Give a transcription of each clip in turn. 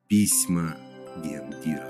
Письма Гендира.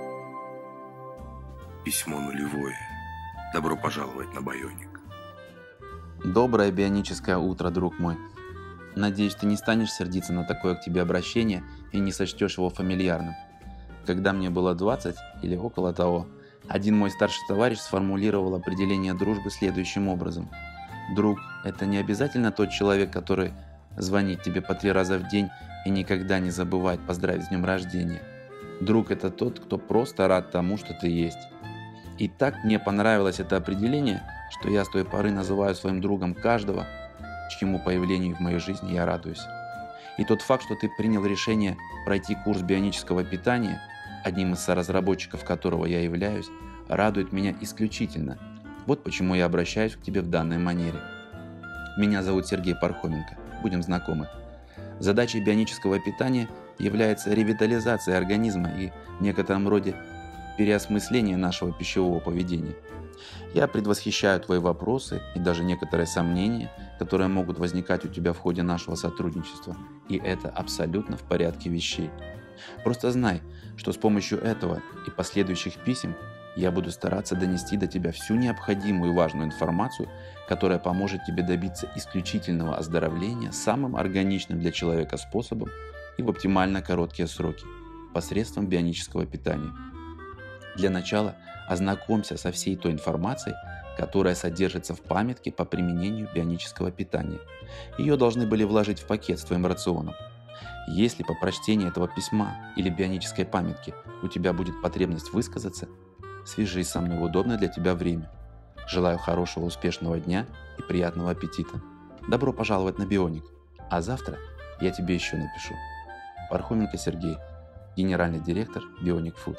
Письмо нулевое. Добро пожаловать на Бионик. Доброе бионическое утро, друг мой. Надеюсь, ты не станешь сердиться на такое к тебе обращение и не сочтешь его фамильярным. Когда мне было 20 или около того, один мой старший товарищ сформулировал определение дружбы следующим образом. Друг – это не обязательно тот человек, который звонит тебе по 3 раза в день и никогда не забывает поздравить с днем рождения. Друг – это тот, кто просто рад тому, что ты есть. И так мне понравилось это определение, что я с той поры называю своим другом каждого, чьему появлению в моей жизни я радуюсь. И тот факт, что ты принял решение пройти курс бионического питания, одним из соразработчиков которого я являюсь, радует меня исключительно. Вот почему я обращаюсь к тебе в данной манере. Меня зовут Сергей Пархоменко, будем знакомы. Задачей бионического питания является ревитализация организма и в некотором роде переосмысление нашего пищевого поведения. Я предвосхищаю твои вопросы и даже некоторые сомнения, которые могут возникать у тебя в ходе нашего сотрудничества, и это абсолютно в порядке вещей. Просто знай, что с помощью этого и последующих писем я буду стараться донести до тебя всю необходимую и важную информацию, которая поможет тебе добиться исключительного оздоровления самым органичным для человека способом и в оптимально короткие сроки посредством бионического питания. Для начала ознакомься со всей той информацией, которая содержится в памятке по применению бионического питания. Ее должны были вложить в пакет с твоим рационом. Если по прочтении этого письма или бионической памятки у тебя будет потребность высказаться, свяжись со мной в удобное для тебя время. Желаю хорошего, успешного дня и приятного аппетита. Добро пожаловать на Бионик. А завтра я тебе еще напишу. Пархоменко Сергей, генеральный директор Bionic Food.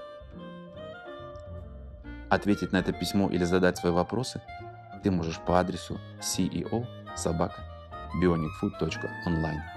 Ответить на это письмо или задать свои вопросы ты можешь по адресу ceo@bionicfood.online.